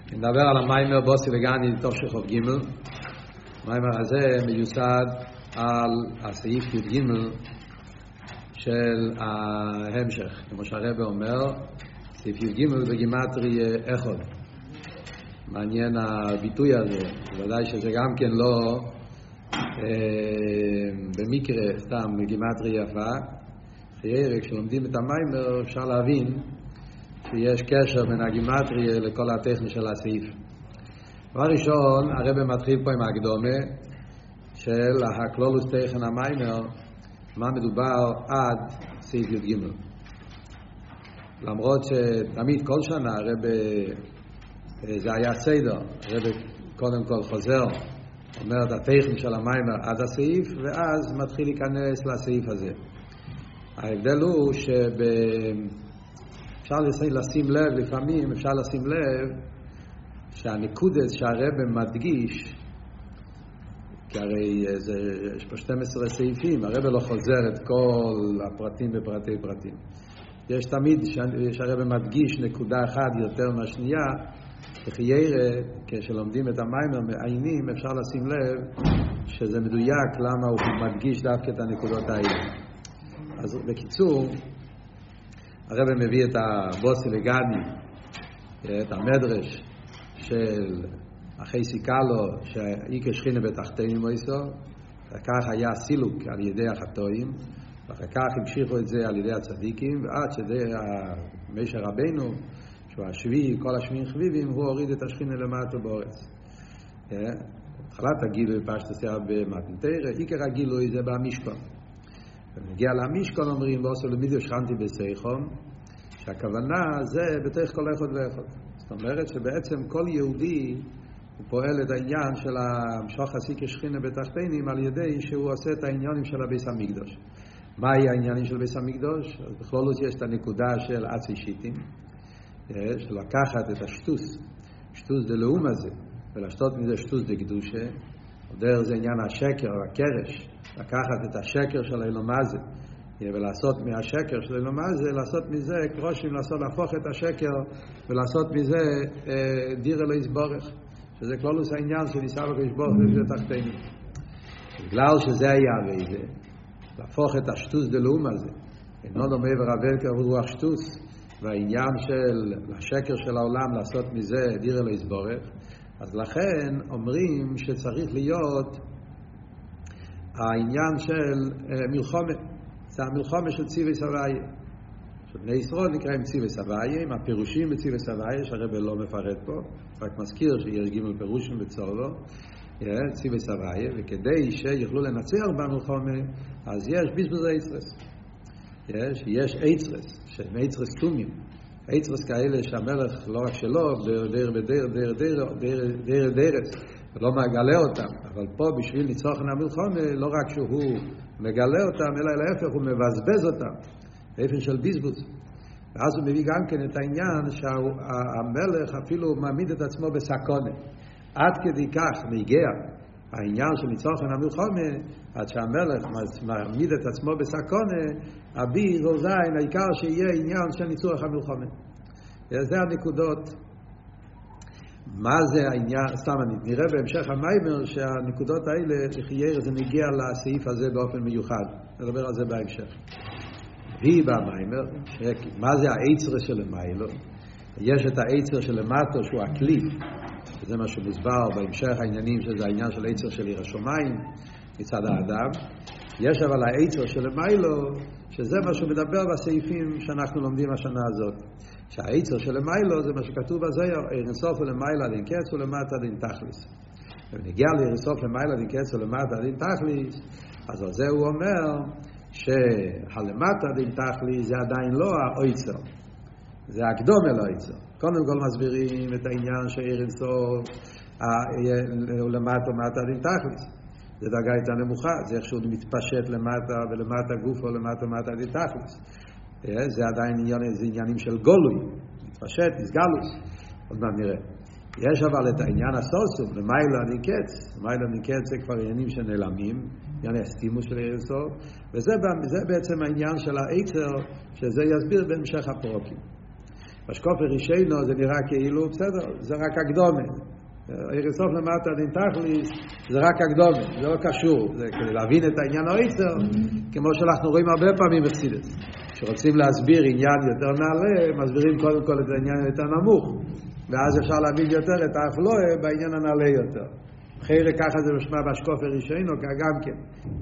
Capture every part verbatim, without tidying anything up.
נדבר על המיימר בוסי לגני תוף שחוב גימל. המיימר הזה מיוסד על הסעיף י' גימל של ההמשך, כמו שהרבא אומר, סעיף י' גימל בגימטרי אחד. מעניין הביטוי הזה, ודאי שזה גם כן לא אה, במקרה סתם בגימטרי יפה. חיירי, כשלומדים את המיימר אפשר להבין שיש קשר בין הגימטריה לכל הטכני של הסעיף. דבר ראשון, הרב מתחיל פה עם הקדומה של הכלולוס טכן המיימר, מה מדובר עד סעיף י' ג'. למרות שתמיד כל שנה הרב, זה היה סדר, הרב קודם כל חוזר, אומר את הטכן של המיימר עד הסעיף, ואז מתחיל להיכנס לסעיף הזה. ההבדל הוא שב... אפשר לשים לב, לפעמים אפשר לשים לב שהנקודס שהרבא מדגיש, כי הרי זה, יש פה שנים עשר סעיפים, הרבא לא חוזר את כל הפרטים בפרטי פרטים. יש תמיד שהרבא מדגיש נקודה אחת יותר מהשנייה, וכיירה, כשלומדים את המיימר מעיינים, אפשר לשים לב שזה מדויק למה הוא מדגיש דווקא את הנקודות האלה. אז בקיצור, הרב מביא את הבוסי לגני, את המדרש של אחי סיקלו, שאיקה שכינה בתחתינו מויסו, וכך היה סילוק על ידי החטואים, ואחר כך המשיכו את זה על ידי הצדיקים, ועד שדי משה רבינו, שהוא השביעי, כל השביעים חביבים, הוא הוריד את השכינה למטה באורץ. התחלת הגילוי פשטוסיה במתנתרא, עיקר הגילוי זה במשכון. ונגיע למשכון אומרים, ועושה למידו שכנתי בסייחום, שהכוונה זה בתוך כל אחד ואחד. זאת אומרת שבעצם כל יהודי הוא פועל את העניין של המשוך הסיקה שכינה בתחתינים על ידי שהוא עושה את העניינים של הביס המקדוש. מהי העניינים של ביס המקדוש? אז בכללות יש את הנקודה של עצי שיטים, של לקחת את השטוס, שטוס דלאום הזה, ולשתות מזה שטוס דקדושה, דרך זה עניין השקר, הקרש, לקחת את השקר של האלום הזה, ולעשות מהשקר של האלום הזה, לעשות מזה קרושים, לעשות, להפוך את השקר, ולעשות מזה אה, דיר אלוהי סבורך, שזה כלולוס העניין של ניסה וקדוש ברוך הוא תחתינו. בגלל שזה היה וזה, להפוך את השטוס דלאום הזה, אינו דומה ורבל כרוח שטוס, והעניין של השקר של העולם, לעשות מזה דיר אלוהי סבורך, אז לכן אומרים שצריך להיות העניין של מלחמה, זה המלחמה של ציווי סבייה. בני ישראל נקראים ציווי סבייה, עם הפירושים בציווי סבייה, שהרבא לא מפרט פה, רק מזכיר שיש ג' פירושים בצורבו, ציווי סבייה, וכדי שיוכלו לנצח במלחמה, אז יש בזבוז היצרס. יש, יש היצרס, שהם היצרס תומים. היצרס כאלה שהמלך לא רק שלו, דר דר דר דר דר דר דר דרס, לא מגלה אותם, אבל פה בשביל ניצחון המלחמה, לא רק שהוא מגלה אותם, אלא להפך הוא מבזבז אותם, באופן של בזבוז. ואז הוא מביא גם כן את העניין שהמלך אפילו מעמיד את עצמו בסכנה. עד כדי כך מגיע העניין של ניצחון המלחמה, עד שהמלך מעמיד את עצמו בסכנה, אביר או זין, העיקר שיהיה עניין של ניצוח המלחמה. זה הנקודות. מה זה העניין? סתם נראה בהמשך המיימר שהנקודות האלה, לחייר זה נגיע לסעיף הזה באופן מיוחד. נדבר על זה בהמשך. והיא במיימר, מה זה העצר של המיילו? יש את העצר של המטו שהוא הכלי, וזה מה שמוסבר בהמשך העניינים שזה העניין של העצר של עיר השומיים מצד האדם. יש אבל העצר של המיילו, שזה מה שמדבר בסעיפים שאנחנו לומדים השנה הזאת. שהעצר של המיילו זה מה שכתוב בזוהר, עיר אינסוף ולמיילה דין קץ ולמטה דין תכליס. ונגיע לעיר אינסוף למיילה דין קץ ולמטה דין תכליס, אז על זה הוא אומר שהלמטה דין תכליס זה עדיין לא העצר, זה הקדום אל העצר. קודם כל מסבירים את העניין שעיר אינסוף ולמטה ומטה דין תכליס. זה דרגה יותר נמוכה, זה איך שהוא מתפשט למטה ולמטה גוף או למטה ומטה דין תכליס. זה עדיין עניין, זה עניינים של גולוי, מתפשט, נסגלוס, עוד מעט נראה. יש אבל את העניין הסוסום, למיילה ניקץ, למיילה ניקץ זה כבר עניינים שנעלמים, עניין הסתימוס של ירסוף, וזה זה בעצם העניין של העצר, שזה יסביר בהמשך הפרוקים. בשקוף הראשינו זה נראה כאילו, בסדר, זה רק הקדומה. עיר אינסוף למטה דין תכליס, זה רק הקדומה, זה לא קשור. זה כדי להבין את העניין העצר, כמו שאנחנו רואים הרבה פעמים בחסידות. כשרוצים להסביר עניין יותר נעלה, מסבירים קודם כל את העניין יותר נמוך. ואז אפשר להבין יותר את האפלואה בעניין הנעלה יותר. אחרי ככה זה משמע בשקוף הראשינו, גם כן.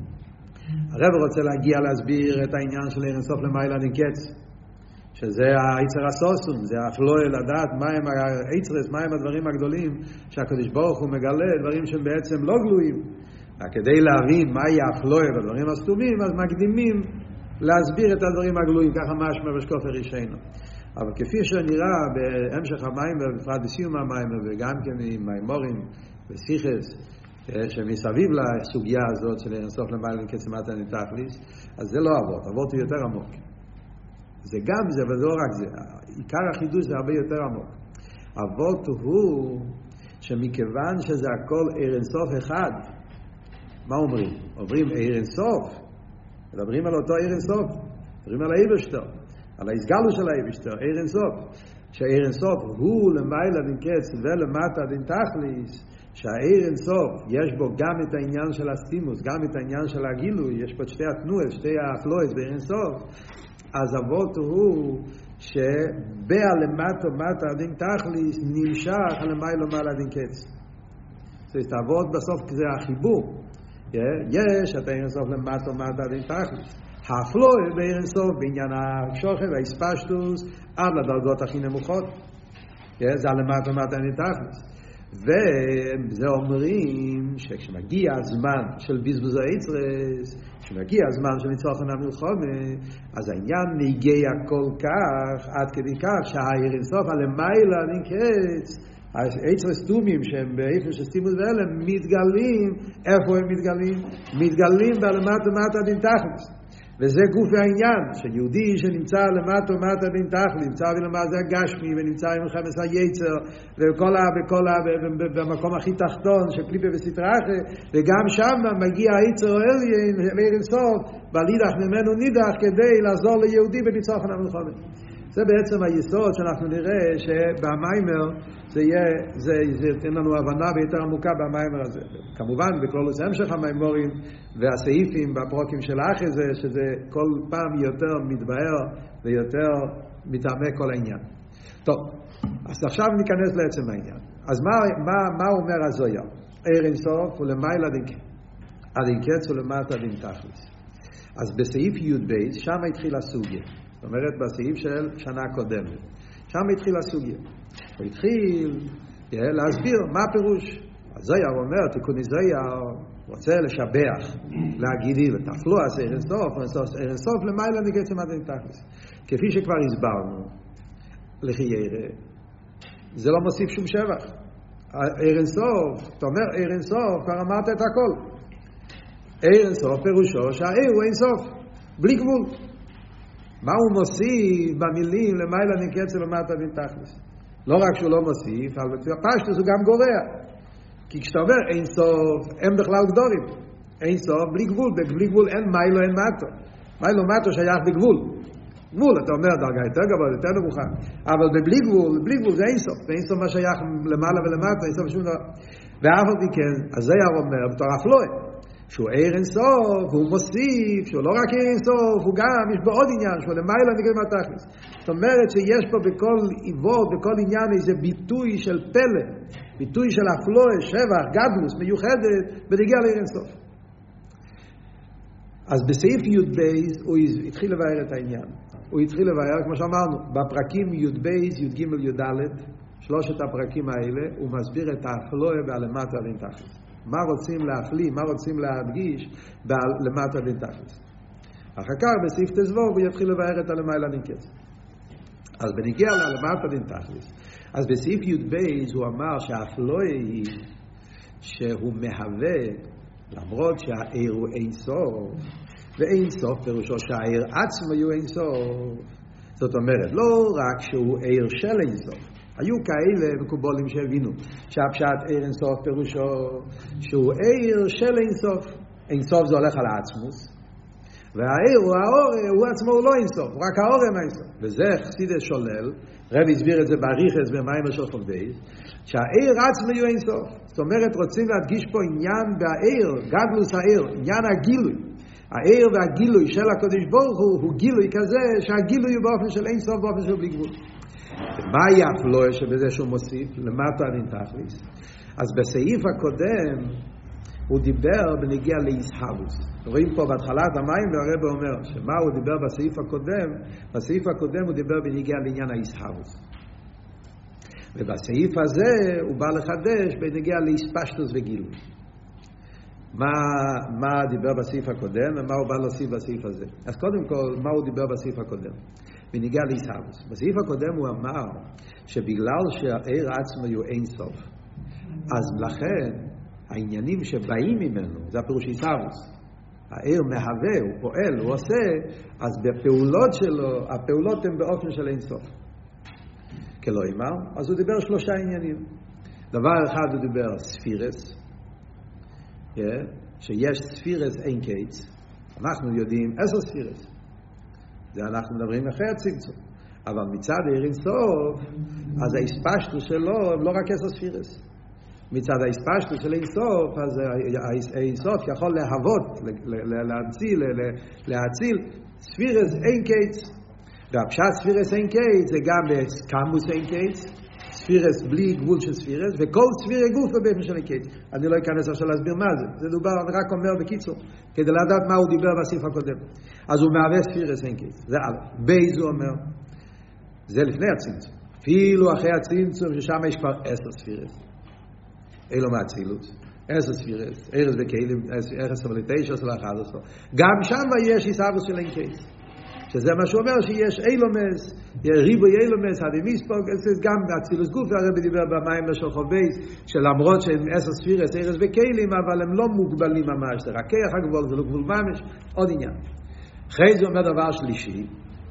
הרב רוצה להגיע להסביר את העניין של עיר אינסוף למעלה דין קץ. שזה היצר הסוסום, זה האפלואה לדעת מהם היצרס, מהם הדברים הגדולים שהקדוש ברוך הוא מגלה, דברים שהם בעצם לא גלויים. כדי להבין מהי האפלואה והדברים הסתומים, אז מקדימים להסביר את הדברים הגלויים, ככה משמע בשקוף הראשינו. אבל כפי שנראה בהמשך המים, ובפרט בסיום המים, וגם כן עם מימורים ושיחס, שמסביב לסוגיה הזאת של אינסוף למעלה קץ למטה דין תכליס, אז זה לא אבות, אבות הוא יותר עמוק. זה גם זה, אבל לא רק זה. עיקר החידוש זה הרבה יותר עמוק. אבות הוא שמכיוון שזה הכל עיר אינסוף אחד, מה אומרים? אומרים עיר אינסוף, מדברים על אותו עיר אינסוף, מדברים על האיברשטר, על ההסגלו של האיברשטר, עיר אינסוף. שהעיר אינסוף הוא למעלה דין קץ ולמטה דין תכליס, שהעיר אינסוף יש בו גם את העניין של הסטימוס, גם את העניין של הגילוי, יש פה שתי התנועות, שתי האפלואות בעיר אינסוף. אז אבות הוא שבא למטה מטה דין תכליס נמשך למעלה מעלה דין קץ. זאת אומרת, אבות בסוף זה החיבור. יש את העיר אינסוף למטה מטה דין תכליס. האפלואה בעיר אינסוף בעניין השוכב והאספשטוס עד לדרגות הכי נמוכות. זה למטה מטה דין תכליס. וזה אומרים שכשמגיע הזמן של בזבוז היצרס, כשמגיע הזמן של ניצחון המלחמה, אז העניין נגיע כל כך עד כדי כך שהעיר אינסוף הלמעלה דין קץ, היצרס תומים שהם באיפה של סטימוס ואלה מתגלים. איפה הם מתגלים? מתגלים בלמטה מטה דין תכליס. וזה גוף העניין, שיהודי שנמצא למטה מטה דין תכליס, נמצא ולמעלה זה הגשמי, ונמצא עם חמס היצר, וכל ה, בכל ה, במקום הכי תחתון, שקליפה וסטרחה, וגם שם מגיע היצר אליין, עיר אינסוף, בלידך ממנו נידח, כדי לעזור ליהודי בניצחון המלחמה. זה בעצם היסוד שאנחנו נראה שבמיימר זה יהיה, זה, זה ייתן לנו הבנה ביותר עמוקה במיימר הזה. כמובן, בכלולוס המשך המיימורים והסעיפים בפרוקים של האחרי זה, שזה כל פעם יותר מתבהר ויותר מתעמק כל העניין. טוב, אז עכשיו ניכנס לעצם העניין. אז מה, מה, מה אומר הזויה? עיר אינסוף ולמעלה דין קץ ולמטה דין תכליס. אז בסעיף י' בייס, שם התחיל הסוגיה. זאת אומרת, בסעיף של שנה קודמת. שם התחיל הסוגיה. הוא התחיל להסביר מה הפירוש. אז זויה אומר, תיקוני זויה, רוצה לשבח, להגיד, ותפלו עשה עיר אינסוף, עיר אינסוף למעלה דין קץ למטה דין תכליס. כפי שכבר הסברנו, לכי ירא, זה לא מוסיף שום שבח. עיר אינסוף, אתה אומר עיר אינסוף, כבר אמרת את הכל. עיר אינסוף פירושו שהעיר הוא אינסוף, בלי גבול. מה הוא מוסיף במילים למעלה דין קץ למטה דין תכליס? לא רק שהוא לא מוסיף, אבל פשטוס הוא גם גורע. כי כשאתה אומר אינסוף, הם בכלל גדולים. אינסוף בלי גבול, בלי גבול אין מיילו, אין מטו. מיילו מטו שייך בגבול. גבול, אתה אומר דרגה יותר גבוה, יותר נמוכה. אבל בלי גבול, בלי גבול זה אינסוף. ואינסוף מה שייך למעלה ולמטה, אינסוף שום דבר. ואף על פי כן, אז זה אומר בתור אפלואה. שהוא עיר אינסוף, הוא מוסיף, שהוא לא רק עיר אינסוף, הוא גם, יש בו עוד עניין, שהוא למעלה דין קץ למטה תכליס. זאת אומרת שיש פה בכל עיוות, בכל עניין איזה ביטוי של פלא, ביטוי של אפלואה, שבח, גדלוס, מיוחדת, בנגיע לעיר אינסוף. אז בסעיף י' בייס הוא התחיל לבאר את העניין. הוא התחיל לבאר, כמו שאמרנו, בפרקים י' בייס, י' ג' י' ד', שלושת הפרקים האלה, הוא מסביר את האפלואה והלמטה דין תכליס. מה רוצים להפליא, מה רוצים להדגיש למטה דין תכליס. אחר כך בסעיף תזבור הוא יתחיל לבאר את הלמעלה דין קץ. אז בנגיע למטה דין תכליס, אז בסעיף י' בייס הוא אמר שהאפלואה היא שהוא מהווה, למרות שהעיר הוא אין סוף, ואין סוף פירושו שהעיר עצמו הוא אין סוף. זאת אומרת, לא רק שהוא עיר של אין סוף, היו כאלה מקובלים שהבינו שהפשט עיר אין סוף פירושו שהוא עיר של אין סוף. אין סוף זה הולך על העצמוס, והעיר הוא האור, הוא עצמו הוא לא אינסוף, רק האור הם האינסוף. וזה חסידס שולל, רב הסביר את זה באריכס במיימר של חוב בייס, שהעיר עצמו הוא אינסוף. זאת אומרת, רוצים להדגיש פה עניין בעיר, גדלוס העיר, עניין הגילוי. העיר והגילוי של הקדוש ברוך הוא, הוא גילוי כזה, שהגילוי הוא באופן של אינסוף, באופן של בלי גבול. מה יפלוה שבזה שהוא מוסיף? למטה עד אין תכליס. אז בסעיף הקודם, הוא דיבר בנגיע לישהבוס. רואים פה בהתחלת המים, והרב אומר, שמה הוא דיבר בסעיף הקודם? בסעיף הקודם הוא דיבר בנגיע לעניין הישהבוס. ובסעיף הזה הוא בא לחדש בנגיע ליספשטוס וגילוי. מה, מה דיבר בסעיף הקודם ומה הוא בא להוסיף בסעיף הזה? אז קודם כל, מה הוא דיבר בסעיף הקודם? בנגיע לישהבוס. בסעיף הקודם הוא אמר שבגלל שהעיר עצמו הוא אין סוף, אז לכן העניינים שבאים ממנו, זה הפירוש ישהבוס. העיר מהווה, הוא פועל, הוא עושה, אז בפעולות שלו, הפעולות הן באופן של אין סוף. כלא אמר, אז הוא דיבר שלושה עניינים. דבר אחד הוא דיבר ספירס, yeah, שיש ספירס אין קיץ. אנחנו יודעים עשר ספירס. זה אנחנו מדברים אחרי הצמצום. אבל מצד העיר אין סוף, אז ההספשטות שלו לא רק עשר ספירס. מצד ההספשטות של אין סוף, אז אין סוף יכול להוות, להציל, להציל ספירס אין קיץ. והפשט ספירס אין קיץ זה גם קמוס אין קיץ, ספירס בלי גבול של ספירס, וכל ספירי גוף באופן של אין קיץ. אני לא אכנס עכשיו להסביר מה זה, זה דובר, אני רק אומר בקיצור, כדי לדעת מה הוא דיבר בסעיף הקודם. אז הוא מהווה ספירס אין קיץ, זה א'. בייז הוא אומר, זה לפני הצמצום. אפילו אחרי הצמצום, ששם יש כבר עשר ספירס. אילו מהצילות, עשר ספירס, ערס וכלים, ערס אבל תשע של אחד עשר. גם שם יש ישהבוס של אין קיץ. שזה מה שהוא אומר, שיש אילומס, ריבוי אילומס, הדמיספוק, זה גם באצילוס גוף, הרב דיבר במיימר של חוב בייס, שלמרות שהם עשר ספירס, ערס וכלים, אבל הם לא מוגבלים ממש, זה רק כיח הגבול, זה לא גבול ממש, עוד עניין. אחרי זה אומר דבר שלישי,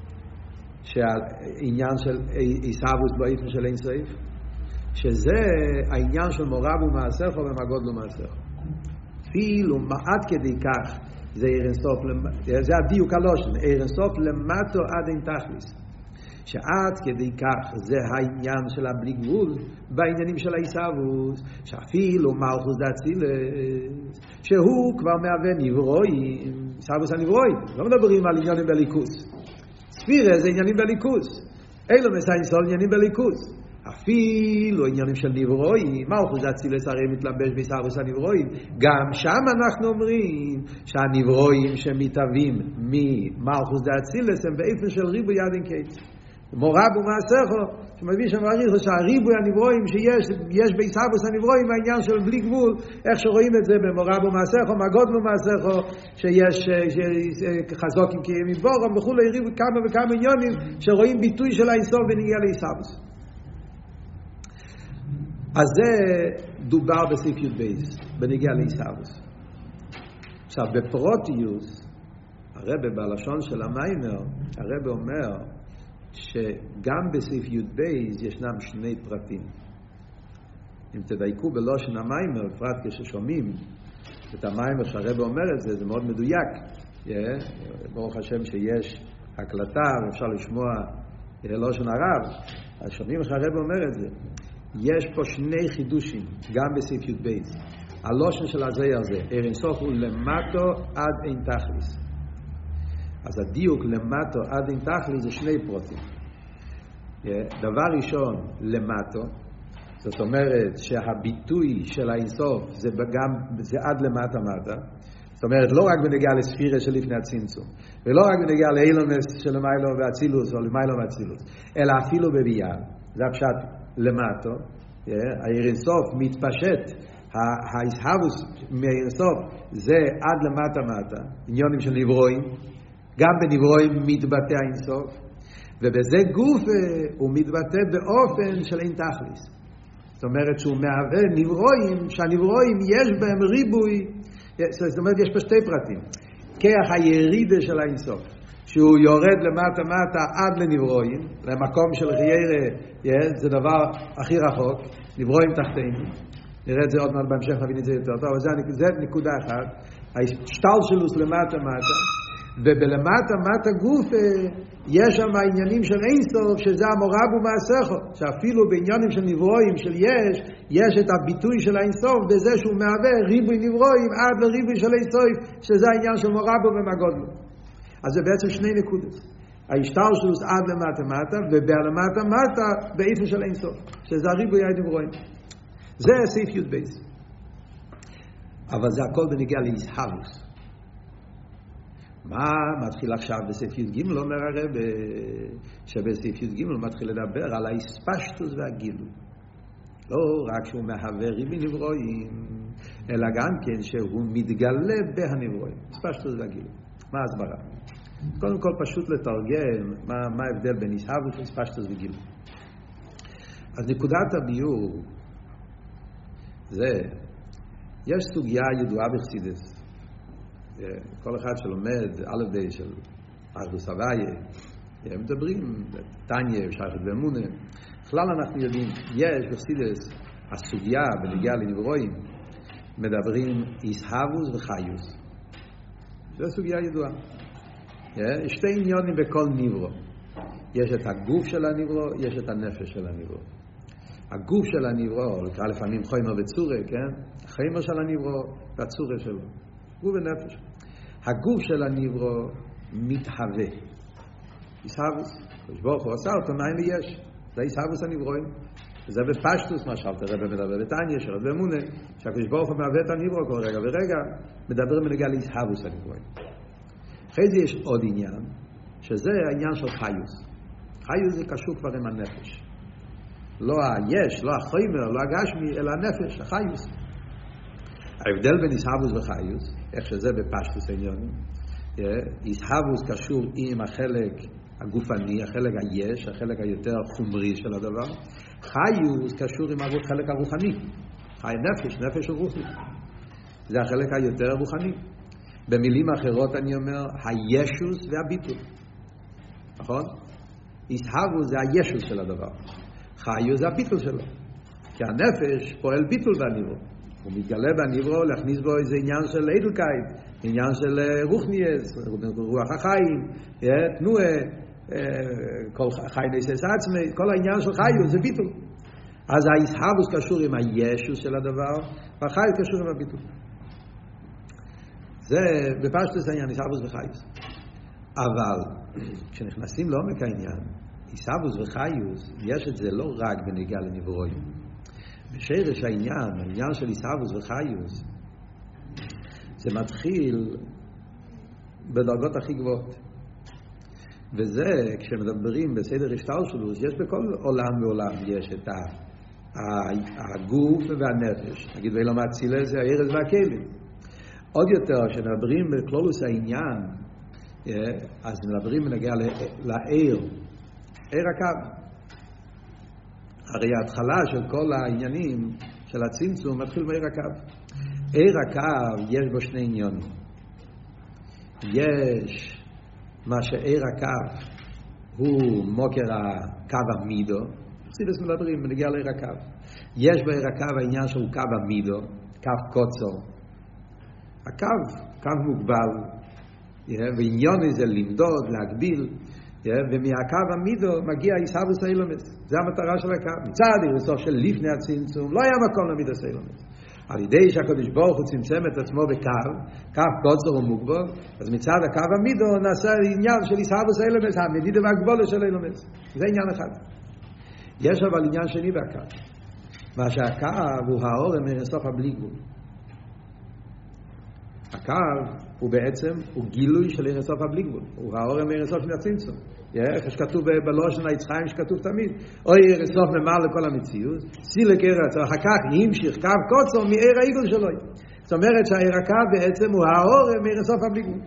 שהעניין של ישהבוס באופן של אין סוף, שזה העניין של מורב ומעשך ומגוד לו מעשך. אפילו מעט כדי כך, זה עיר אינסוף, זה הדיוק הלושן, עיר אינסוף למטו עד אין תכליס. שעד כדי כך זה העניין של הבלי גבול בעניינים של הישהבוס, שאפילו מלכוס דאצילס, שהוא כבר מהווה נברואים, ישהבוס הנברואים, לא מדברים על עניינים בליכוס. ספירה זה עניינים בליכוס, אלו מסעים סול עניינים בליכוס. אפילו עניינים של נברואים, מלכוס דאצילס הרי מתלבש בישהבוס הנברואים, גם שם אנחנו אומרים שהנברואים שמתהווים ממלכוס דאצילס הם באופן של ריבוי עד אין קיץ. מורב ומעשךו, שמביא שם מעריך שהריבוי הנברואים שיש יש בישהבוס הנברואים העניין של בלי גבול, איך שרואים את זה במורב ומעשךו, מגוד ומעשךו, שיש חזוקים כי מבורם וכולי, ריבוי כמה וכמה עניונים שרואים ביטוי של האינסוף ונגיע לישהבוס. אז זה דובר בסעיף י' בייס, בנגיע לישהבוס. עכשיו, בפרוטיוס, הרב בלשון של המיימר, הרב אומר שגם בסעיף י' בייס ישנם שני פרטים. אם תדייקו בלושן המיימר, בפרט כששומעים את המיימר שהרב אומר את זה, זה מאוד מדויק. ברוך השם שיש הקלטה, ואפשר לשמוע לושן הרב, אז שומעים שהרב אומר את זה. יש פה שני חידושים, גם בסעיף י' בייס. הלושן של הזה הזה, עיר אינסוף הוא למטו עד אין תכליס. אז הדיוק למטו עד אין תכליס זה שני פרוטים. דבר ראשון, למטו, זאת אומרת שהביטוי של האינסוף זה, גם, זה עד למטה מטה. זאת אומרת, לא רק בנגיע לספירה של לפני הצמצום, ולא רק בנגיע לאילומס של מיילו והצילוס, או למיילו והצילוס, אלא אפילו בביאה. זה הפשט למטו, העיר אינסוף מתפשט, הישהבוס מהעיר אינסוף זה עד למטה מטה, עניונים של נברואים, גם בנברואים מתבטא האינסוף, ובזה גוף הוא מתבטא באופן של אין תכליס. זאת אומרת שהוא מהווה נברואים, שהנברואים יש בהם ריבוי, זאת אומרת יש פה שתי פרטים, כיח הירידה של האינסוף, שהוא יורד למטה מטה עד לנברואים, למקום של חיירה, זה דבר הכי רחוק, נברואים תחתינו, נראה את זה עוד מעט בהמשך, נבין את זה יותר טוב, אבל זה, זה נקודה אחת, השטל שלו למטה מטה, ובלמטה מטה גוף יש שם העניינים של אין סוף, שזה המורב ומעשךו, שאפילו בעניינים של נברואים של יש, יש את הביטוי של האין סוף בזה שהוא מהווה ריבוי נברואים עד לריבוי של אין סוף, שזה העניין של מורב ומגודלו. אז זה בעצם שני נקודות, ההשתלשלות עד למטה מטה, ובלמטה מטה באיפה של אין סוף, שזה הריבוי הנברואים. זה סעיף י' בייס. אבל זה הכל בנגיע לישהבוס. מה מתחיל עכשיו בסעיף י' ג' אומר הרב שבסעיף י' ג' מתחיל לדבר על ההספשטוס והגילוי. לא רק שהוא מהווה ריבוי נברואים, אלא גם כן שהוא מתגלה בהנברואים. הספשטוס והגילוי. מה ההסברה? קודם כל פשוט לתרגם מה, מה ההבדל בין הסהבוס והספשטוס וגילוי. אז נקודת הביור זה, יש סוגיה ידועה בחסידות. כל אחד שלומד א' די של אחדות הוויה, הם מדברים תניא ושייכות ואמונה. בכלל אנחנו יודעים, יש בחסידות הסוגיה בנגיעה לנברואים, מדברים הסהבוס וחיוס. זו סוגיה ידועה. יש שתי עניונים בכל נברו. יש את הגוף של הנברו, יש את הנפש של הנברו. הגוף של הנברו, נקרא לפעמים חומר וצורה, כן? החומר של הנברו והצורה שלו. גוף ונפש. הגוף של הנברו מתהווה. הסהבוס. ברוך הוא עשה אותו מאין ליש. זה הסהבוס הנברואים. זה בפשטוס מה שאלת הרב מדבר בתניא שרת באמונה, שהקדוש ברוך הוא מהווה את הנברו כל רגע ורגע, מדברים בנגיעה להסהבוס הנברואים. אחרי זה יש עוד עניין, שזה העניין של חיוס. חיוס זה קשור כבר עם הנפש. לא היש, לא החומר, לא הגשמי, אלא הנפש, החיוס. ההבדל בין הסהבוס וחיוס, איך שזה בפשטוס העניונים, הסהבוס קשור עם החלק הגופני, החלק היש, החלק היותר חומרי של הדבר. חיוס קשור עם החלק הרוחני. חי נפש, נפש ורוחני. זה החלק היותר רוחני. במילים אחרות אני אומר, הישוס והביטול. נכון? הסהבוס זה הישוס של הדבר. חיוס זה הביטול שלו. כי הנפש פועל ביטול בנברו. הוא מתגלה בנברו להכניס בו איזה עניין של אדלקייט, עניין של רוחניאס, רוח החיים, תנועה, כל חי נסס עצמי, כל העניין של חיוס זה ביטול. אז ההסהבוס קשור עם הישוס של הדבר, והחיוס קשור עם הביטול. זה בפשטוס העניין, הסהבוס וחיוס. אבל כשנכנסים לעומק העניין, הסהבוס וחיוס, יש את זה לא רק בנגיעה לנברואים. בשרש העניין, העניין של הסהבוס וחיוס, זה מתחיל בדרגות הכי גבוהות. וזה, כשמדברים בסדר השתלשלות, יש בכל עולם ועולם, יש את הגוף והנפש. נגיד, ואילו מאצילה זה הארץ והכלים. עוד יותר, כשנדברים בכלולוס העניין, אז מדברים בנגיע לעיר, עיר הקו. הרי ההתחלה של כל העניינים של הצמצום מתחיל בעיר הקו. עיר הקו יש בו שני עניונים. יש מה שעיר הקו הוא מוקר הקו המידו. חסידות מדברים בנגיע לעיר הקו. יש בעיר הקו העניין שהוא קו המידו, קו קוצר. הקו, קו מוגבל, ועניון זה למדוד, להגביל, ומהקו המידו מגיע הסהבוס האילומס. זה המטרה של הקו. מצד בסוף של לפני הצמצום, לא היה מקום למידוס האילומס. על ידי שהקדוש ברוך הוא צמצם את עצמו בקו, קו קוצר ומוגבל, אז מצד הקו המידו נעשה עניין של הסהבוס האילומס, המדידה והגבולה של האילומס. זה עניין אחד. יש אבל עניין שני בקו. מה שהקו הוא האורם מרסוף הבלי גבול. הקו הוא בעצם, הוא גילוי של אירסוף הבלי גבול. הוא האורם אירסוף של הצמצום. איך שכתוב בלושן היצחיים שכתוב תמיד. או אירסוף ממעל לכל המציאות, סילק אירס, אחר כך ימשיך קו קוצר מאיר העיגול שלו. זאת אומרת שהאיר הקו בעצם הוא האורם אירסוף הבלי גבול.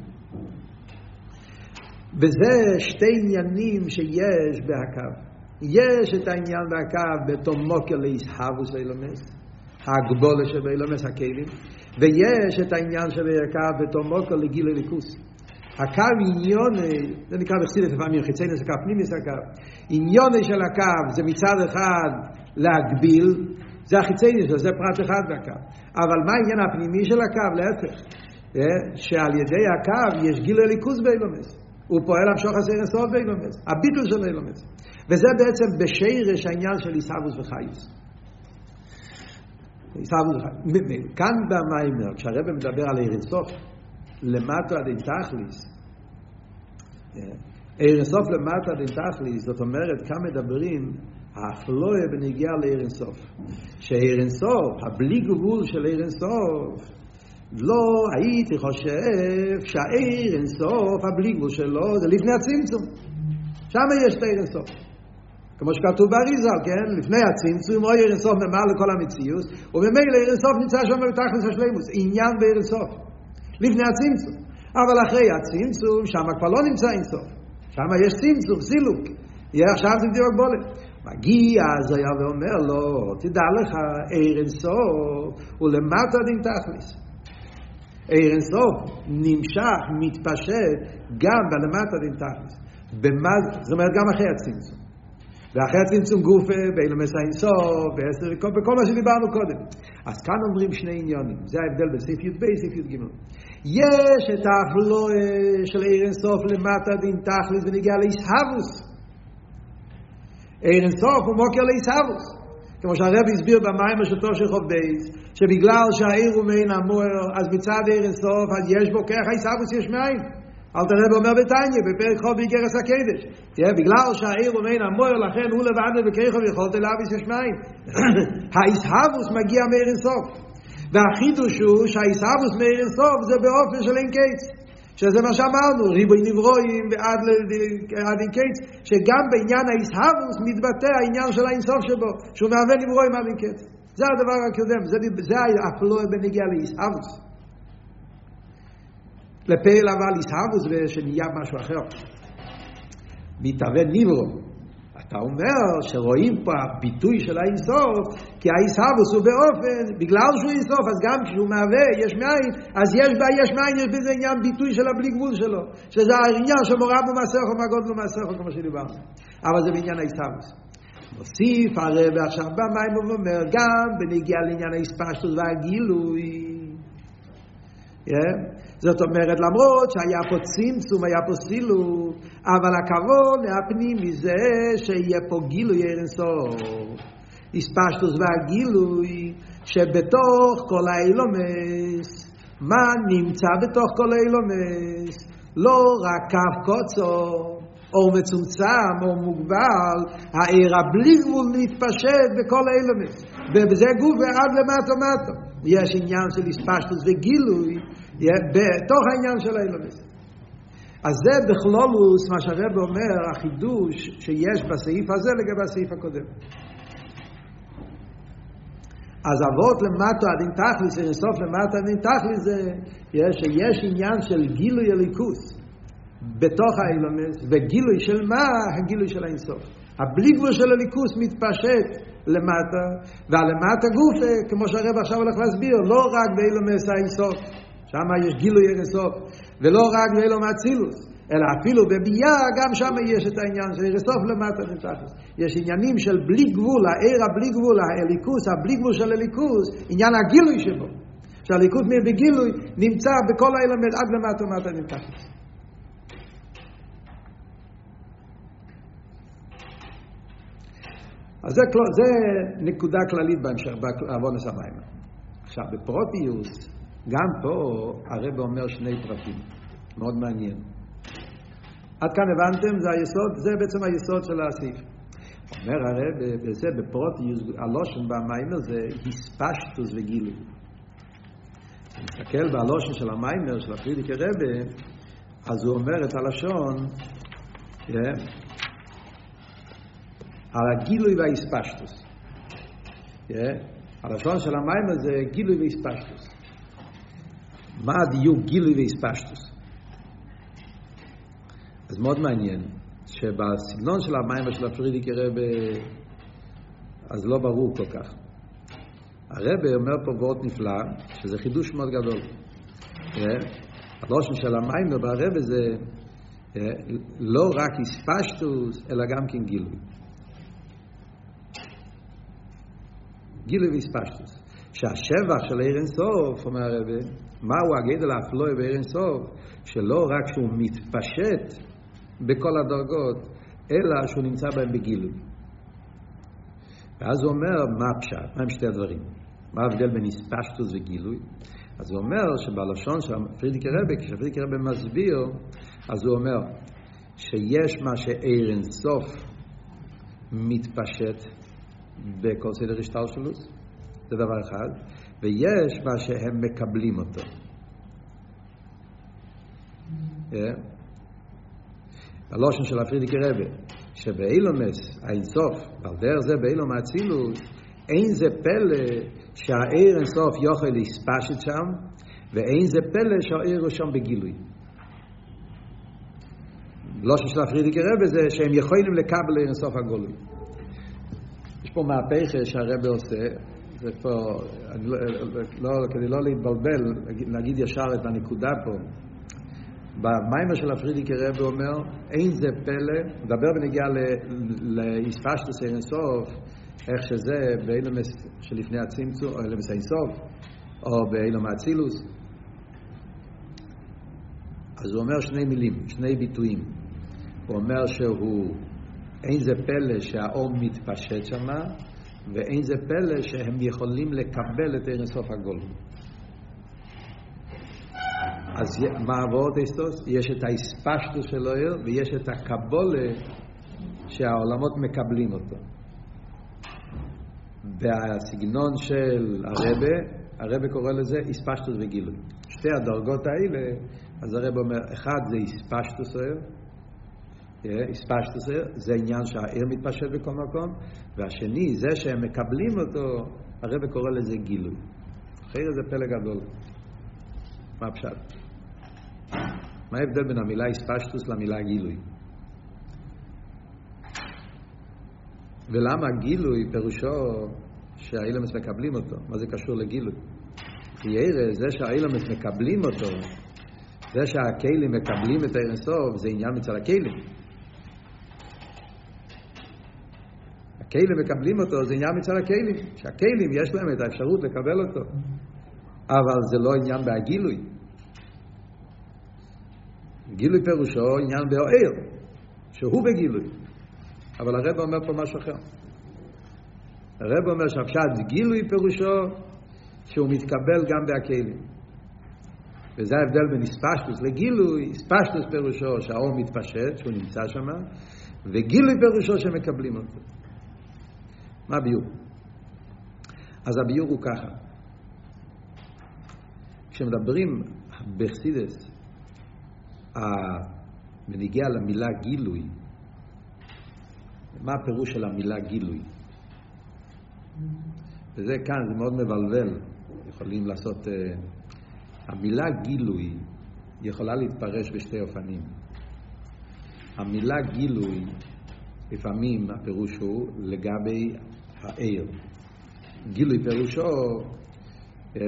וזה שתי עניינים שיש בהקו. יש את העניין בהקו בתומוקר להסהבוס אילומס, הגבולה שבאילומס הכלים, ויש את העניין של הקו בתומוקר לגיל הליכוס. הקו עניוני, זה נקרא בחסידות לפעמים חיצייני זה קו פנימי זה הקו. עניוני של הקו זה מצד אחד להגביל, זה החיצייני שלו, זה פרט אחד בהקו. אבל מה העניין הפנימי של הקו? להפך. שעל ידי הקו יש גילוי הליכוז באילומס, הוא פועל המשוך עשר אינסוף באילומס, הביטול של אילומס, וזה בעצם בשרש העניין של איסאבוס וחיוס. איסאבוס וחיוס. כאן במיימר, כשהרב מדבר על עיר אינסוף, למטה עד אין תכליס, עיר אינסוף למטה עד אין תכליס, זאת אומרת, כאן מדברים האפלואה בנגיעה לעיר אינסוף, שעיר אינסוף, הבלי גבול של עיר אינסוף, לא הייתי חושב שהעיר אינסוף, הבלי גבול שלו, זה לפני הצמצום, שם יש את העיר אינסוף, כמו שכתוב באריזל, כן? לפני הצמצום, או עיר אינסוף ממעל לכל המציאות, ובמילא עיר אינסוף נמצא שם בתכלס השלימוס, עניין בעיר אינסוף, לפני הצמצום, אבל אחרי הצמצום, שם כבר לא נמצא אינסוף, שם יש צמצום, סילוק, עכשיו זה בדיוק בולט. מגיע הזויה ואומר לו, תדע לך, עיר אינסוף הוא למטה דין תכלס. עיר אינסוף נמשך, מתפשט גם בלמטה דין תכלס. זאת אומרת גם אחרי הצמצום. ואחרי הצמצום גופה, באילומס האינסוף, בכל מה שדיברנו קודם. אז כאן אומרים שני עניונים. זה ההבדל בסעיף י' ב, סעיף י' ג'. יש את האפלואה של עיר אינסוף למטה דין תכלס ונגיע לאיסהבוס. עיר אינסוף הוא מוקר לאיסהבוס, כמו שהרב הסביר במים השותו של חוב בייס, שבגלל שהעיר הוא מעין המוער, אז מצד עיר אינסוף, אז יש בו כרך האיסהבוס יש מאין. אל תראה אומר בתניה, בפרק חוב ביגרס הקדש, תראה, בגלל שהעיר הוא מעין המוער, לכן הוא לבד ובכרך חוב יכולת להביס יש מאין. האיסהבוס מגיע מעיר אינסוף, והחידוש הוא שהאיסהבוס מעיר אינסוף זה באופן של אין קץ, שזה מה שאמרנו, ריבוי נברואים ועד אין קץ, שגם בעניין האיסהבוס מתבטא העניין של האינסוף שבו, שהוא מהווה נברואים עד אין קץ. זה הדבר הקודם, זה, זה האפלואה בנגיע לאיסהבוס. לפעיל אבל איסהבוס ושנהיה משהו אחר. מתהווה נברו. אתה אומר שרואים פה הביטוי של האינסוף, כי האיסהבוס הוא באופן, בגלל שהוא אינסוף, אז גם כשהוא מהווה, יש מאין, אז יש בה, יש מאין, יש בזה עניין ביטוי של הבלי גבול שלו, שזה העניין שמורב ומסך ומגוד ומסך, כמו שדיברנו. אבל זה בעניין האיסהבוס. מוסיף הרב עכשיו במים ואומר, גם בנגיע לעניין האיספשטות והגילוי. Yeah. זאת אומרת, למרות שהיה פה צמצום, היה פה סילוק, אבל הכבוד הפנים מזה שיהיה פה גילוי עיר אינסוף, איספשטוס והגילוי שבתוך כל האילומס, מה נמצא בתוך כל האילומס? לא רק קו קוצר או מצומצם או מוגבל, העיר הבלי גבול מתפשט בכל האילומס, ובזה גוף ועד למטה מטה. יש עניין של איספשטוס וגילוי בתוך העניין של האילומס. אז זה בכלולוס מה שהרב אומר, החידוש שיש בסעיף הזה לגבי הסעיף הקודם. אז אבות למטה עד אין תכליס, אינסוף למטה עד אין תכליס, זה שיש עניין של גילוי הליכוס בתוך האילומס, וגילוי של מה? הגילוי של האינסוף. הבלי גבול של הליכוס מתפשט למטה, והלמטה גוף, כמו שהרב עכשיו הולך להסביר, לא רק באילומס האינסוף, שם יש גילוי אינסוף, ולא רק באילום האצילוס, אלא אפילו בביאה, גם שם יש את העניין של אינסוף למטה נתחס. יש עניינים של בלי גבול, העיר הבלי גבול, האליקוס, הבלי גבול של אליקוס, עניין הגילוי שבו, שהליקוס בגילוי נמצא בכל האילומות עד למטה מטה נתחס. אז זה, זה נקודה כללית בהמשך, בעוונס המים. עכשיו, בפרוטיוס, גם פה הרב אומר שני פרטים, מאוד מעניין. עד כאן הבנתם, זה היסוד, זה בעצם היסוד של הסעיף. אומר הרב, וזה בפרוטיוס, הלושן במיימר זה היספשטוס וגילוי. נסתכל בהלושן של המיימר, של הפרידיק הרב, אז הוא אומר את הלשון, yeah, על הגילוי וההיספשטוס. Yeah, הלשון של המיימר זה גילוי וההיספשטוס. מה הדיוק גילוי והיספשטוס? אז מאוד מעניין שבסגנון של המיימר של הפרידיק הרב אז לא ברור כל כך. הרב אומר פה וורט נפלא שזה חידוש מאוד גדול. הלושן של המיימר ברב זה לא רק היספשטוס אלא גם כן גילוי. גילוי והיספשטוס. שהשבח של עיר אינסוף, אומר הרב, מהו הגדל האפלוי בעיר אינסוף? שלא רק שהוא מתפשט בכל הדרגות, אלא שהוא נמצא בהם בגילוי. ואז הוא אומר, מה הפשט? מה הם שתי הדברים? מה ההבדל בין הספשטוס וגילוי? אז הוא אומר שבלשון של פרידיקי רבי, כשפרידיקי רבי מסביר, אז הוא אומר שיש מה שעיר אינסוף מתפשט בכל סדר השתלשלות, זה דבר אחד, ויש מה שהם מקבלים אותו. הלושן של הפרידיקי רבי, שבאילומס האינסוף, על דרך זה באילום האצילוס, אין זה פלא שהעיר אינסוף יוכל להספשט שם, ואין זה פלא שהעיר הוא שם בגילוי. הלושן של הפרידיקי רבי זה שהם יכולים לקבל עיר אינסוף הגולוי. יש פה מהפכה שהרבי עושה, זה פה, אני לא, לא, כדי לא להתבלבל, להגיד ישר את הנקודה פה, במיימר של הפרידיקי רבי אומר, אין זה פלא, מדבר בנגיע להספשטוס עיר אינסוף, איך שזה באילום שלפני הצמצום, או אילום אינסוף, או באילום האצילוס. אז הוא אומר שני מילים, שני ביטויים. הוא אומר שהוא, אין זה פלא שהאור מתפשט שם, ואין זה פלא שהם יכולים לקבל את עיר אינסוף הגול. אז מה עבוד אסתוס? יש את ההספשטוס של העיר, ויש את הקבולה שהעולמות מקבלים אותו. בסגנון של הרבי, הרבי קורא לזה הספשטוס וגילוי. שתי הדרגות האלה, אז הרבי אומר, אחד זה הספשטוס העיר, הספשטוס העיר, זה עניין שהעיר מתפשט בכל מקום, והשני, זה שהם מקבלים אותו, הרבי קורא לזה גילוי. אחרי זה פלא גדול. מה הפשט? מה ההבדל בין המילה הספשטוס למילה גילוי? ולמה גילוי פירושו שהאילומס מקבלים אותו? מה זה קשור לגילוי? כי ירא, זה שהאילומס מקבלים אותו, זה שהכלים מקבלים את העיר אינסוף, זה עניין מצד הכלים. הכלים מקבלים אותו, זה עניין מצד הכלים. שהכלים יש להם את האפשרות לקבל אותו. אבל זה לא עניין בהגילוי. גילוי פירושו עניין באוהר, שהוא בגילוי. אבל הרב אומר פה משהו אחר. הרב אומר שהפשט גילוי פירושו שהוא מתקבל גם בהכלים. וזה ההבדל בין הספשטוס לגילוי. הספשטוס פירושו שהאור מתפשט, שהוא נמצא שם, וגילוי פירושו שמקבלים אותו. מה הביור? אז הביור הוא ככה. כשמדברים בחסידות בנגיע למילה גילוי, מה הפירוש של המילה גילוי? וזה כאן, זה מאוד מבלבל. יכולים לעשות, uh, המילה גילוי יכולה להתפרש בשתי אופנים. המילה גילוי, לפעמים הפירוש הוא לגבי העיר. גילוי פירושו uh,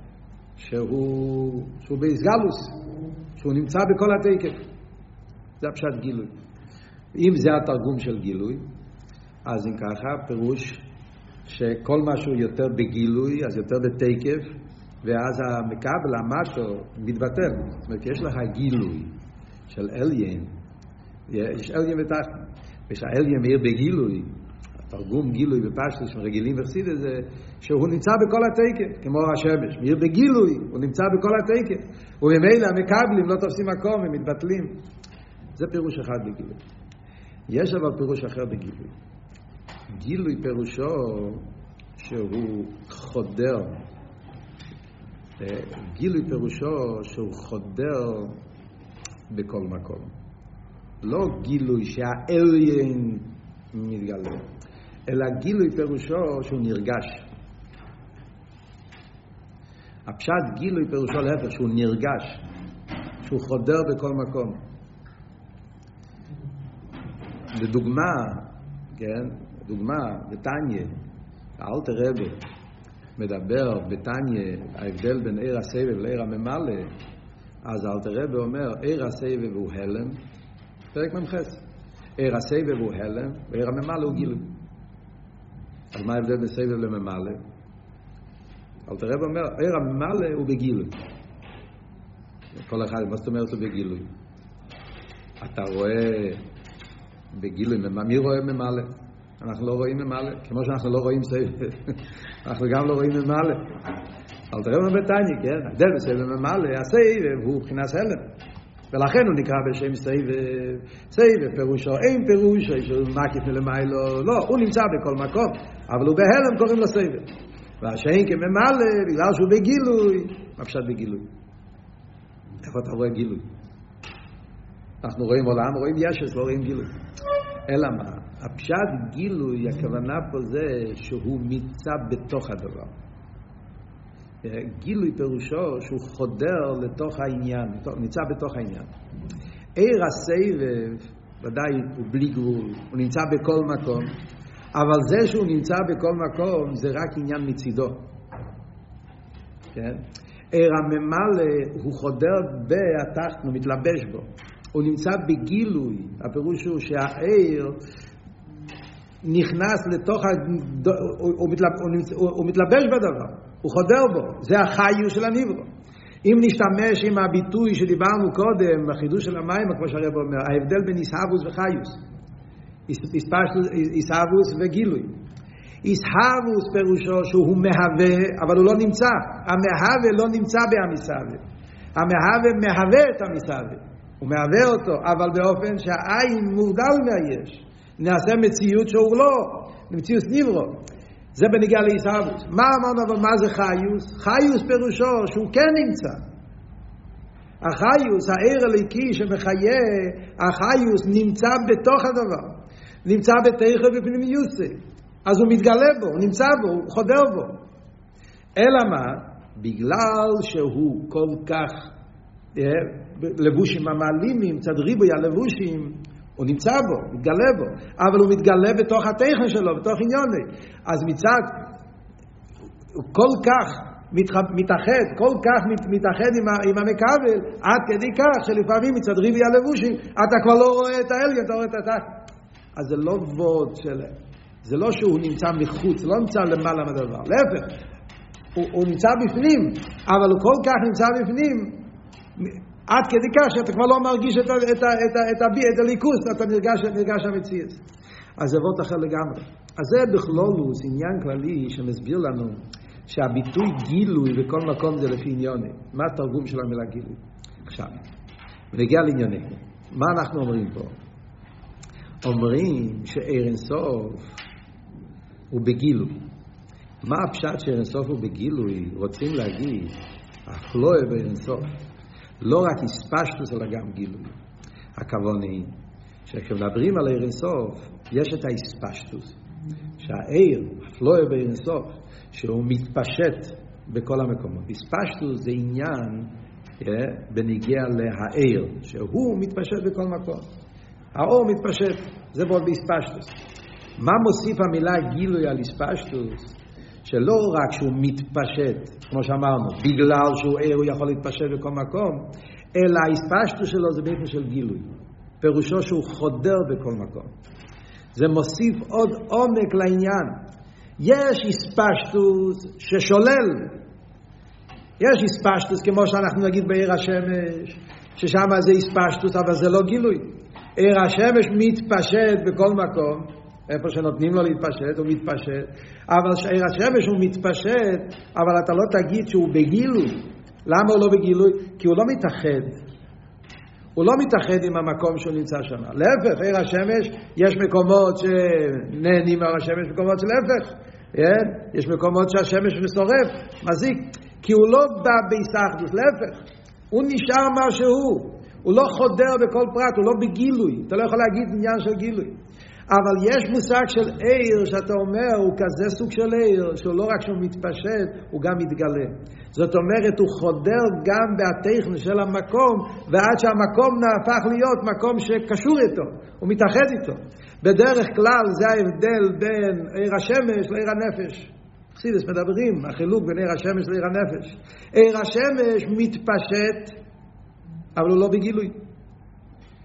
שהוא, שהוא בהסגלוס, שהוא נמצא בכל התקף. זה הפשט גילוי. אם זה התרגום של גילוי, אז אם ככה, פירוש שכל משהו יותר בגילוי, אז יותר בתקף, ואז המקבל, המטו, מתבטל. זאת אומרת, יש לך גילוי של אליין, יש אליין בתחתן, ושהאליין מאיר בגילוי, התרגום גילוי בפשטות שמרגילים וחסידות זה שהוא נמצא בכל התקף, כמו השמש, מאיר בגילוי, הוא נמצא בכל התקף, וממילא המקבלים לא תופסים מקום, הם מתבטלים. זה פירוש אחד בגילוי. יש אבל פירוש אחר בגילוי. גילוי פירושו שהוא חודר. גילוי פירושו שהוא חודר בכל מקום. לא גילוי שהאליין מתגלה, אלא גילוי פירושו שהוא נרגש. הפשט גילוי פירושו להפך שהוא נרגש, שהוא חודר בכל מקום. לדוגמה, כן, דוגמה, בתניא, האלטר רבי מדבר בתניא, ההבדל בין עיר הסבב לעיר הממלא, אז האלטר רבי אומר, עיר הסבב הוא הלם, פרק ממחס, עיר הסבב הוא הלם, ועיר הממלא הוא גילוי. אז מה ההבדל בין סבב לממלא? אלתר רב אומר, עיר הממלא הוא בגילוי. כל אחד, מה זאת אומרת הוא בגילוי? אתה רואה בגילוי, מי רואה ממלא? אנחנו לא רואים ממלא, כמו שאנחנו לא רואים סבב, אנחנו גם לא רואים ממלא. אלתר רב בתניא, כן? ההבדל בסבב ממלא, הסבב הוא מבחינת הלם. ולכן הוא נקרא בשם סבב. סבב פירושו, אין פירושו, שהוא מקיף מלמיילו, לא, הוא נמצא בכל מקום, אבל הוא בהלם קוראים לו סבב. והשאין כממלא, בגלל שהוא בגילוי, מה פשט בגילוי? איפה אתה רואה גילוי? אנחנו רואים עולם, רואים ישס, לא רואים גילוי. אלא מה? הפשט גילוי, הכוונה פה זה שהוא נמצא בתוך הדבר. גילוי פירושו שהוא חודר לתוך העניין, נמצא בתוך העניין. עיר הסבב, ודאי הוא בלי גבול, הוא נמצא בכל מקום, אבל זה שהוא נמצא בכל מקום זה רק עניין מצידו. כן? עיר הממלא הוא חודר בהתחתן, הוא מתלבש בו. הוא נמצא בגילוי, הפירוש הוא שהעיר נכנס לתוך, הוא, מתלבש, הוא מתלבש בדבר, הוא חודר בו, זה החיוס של הנברא. אם נשתמש עם הביטוי שדיברנו קודם, החידוש של המים, כמו שהרב אומר, ההבדל בין איסהבוס וחיוס, איסהבוס וגילוי. איסהבוס פירושו שהוא מהווה, אבל הוא לא נמצא. המהווה לא נמצא במסווה. המהווה מהווה את המסווה. הוא מהווה אותו, אבל באופן שהעין מובדל מהיש. נעשה מציאות שהוא לא, מציאות נברא. זה בנגיע לאיסהבוס. מה אמרנו אבל מה זה חיוס? חיוס פירושו שהוא כן נמצא. החיוס, העיר הליקי שמחיה, החיוס נמצא בתוך הדבר. נמצא בתיכו בפנימיוסי. אז הוא מתגלה בו, הוא נמצא בו, הוא חודר בו. אלא מה? בגלל שהוא כל כך לבושים המעלימים, צד ריבוי הלבושים, הוא נמצא בו, מתגלה בו, אבל הוא מתגלה בתוך התכן שלו, בתוך עניוני. אז מצד, הוא כל כך מתאחד, כל כך מתאחד עם, עם המקבל, עד כדי כך שלפעמים מצד ריבוי הלבושים, אתה כבר לא רואה את האליון, אתה רואה את התחת. אז זה לא ווד של... זה לא שהוא נמצא מחוץ, לא נמצא למעלה מהדבר, להפך, הוא, הוא נמצא בפנים, אבל הוא כל כך נמצא בפנים, עד כדי כך שאתה כבר לא מרגיש את, את, את, את, את, את הליכוס, אתה נרגש, נרגש המציאות. אז זה ווד אחר לגמרי. אז זה בכלולוס, עניין כללי שמסביר לנו, שהביטוי גילוי בכל מקום זה לפי עניוני. מה התרגום של המילה גילוי? עכשיו, ונגיע לעניוני. מה אנחנו אומרים פה? אומרים שאיר אינסוף הוא בגילוי. מה הפשט שאיר אינסוף הוא בגילוי? רוצים להגיד, הפלואה באיר אינסוף. לא רק הספשטוס אלא גם גילוי. הכוונה היא, שכשמדברים על איר אינסוף, יש את ההספשטוס. שהאיר, הפלואה באיר אינסוף, שהוא מתפשט בכל המקומות. הספשטוס זה עניין בנגיע להאיר, שהוא מתפשט בכל מקום. האור מתפשט, זה מאוד בהספשטוס. מה מוסיף המילה גילוי על הספשטוס? שלא רק שהוא מתפשט, כמו שאמרנו, בגלל שהוא עיר הוא יכול להתפשט בכל מקום, אלא ההספשטוס שלו זה באופן של גילוי. פירושו שהוא חודר בכל מקום. זה מוסיף עוד עומק לעניין. יש הספשטוס ששולל. יש הספשטוס כמו שאנחנו נגיד בעיר השמש, ששם זה הספשטוס אבל זה לא גילוי. עיר השמש מתפשט בכל מקום, איפה שנותנים לו להתפשט, הוא מתפשט, אבל עיר השמש הוא מתפשט, אבל אתה לא תגיד שהוא בגילוי. למה הוא לא בגילוי? כי הוא לא מתאחד. הוא לא מתאחד עם המקום שהוא נמצא שם. להפך, עיר השמש, יש מקומות שנהנים מהר השמש, מקומות של להפך. יש מקומות שהשמש מסורף, מזיק, כי הוא לא בא בהיסחדות, להפך. הוא נשאר מה שהוא. הוא לא חודר בכל פרט, הוא לא בגילוי. אתה לא יכול להגיד עניין של גילוי. אבל יש מושג של עיר שאתה אומר, הוא כזה סוג של עיר, שהוא לא רק שהוא מתפשט, הוא גם מתגלה. זאת אומרת, הוא חודר גם בהטכן של המקום, ועד שהמקום נהפך להיות מקום שקשור איתו, הוא מתאחד איתו. בדרך כלל זה ההבדל בין עיר השמש לעיר הנפש. חסידות מדברים, החילוק בין עיר השמש לעיר הנפש. עיר השמש מתפשט, אבל הוא לא בגילוי.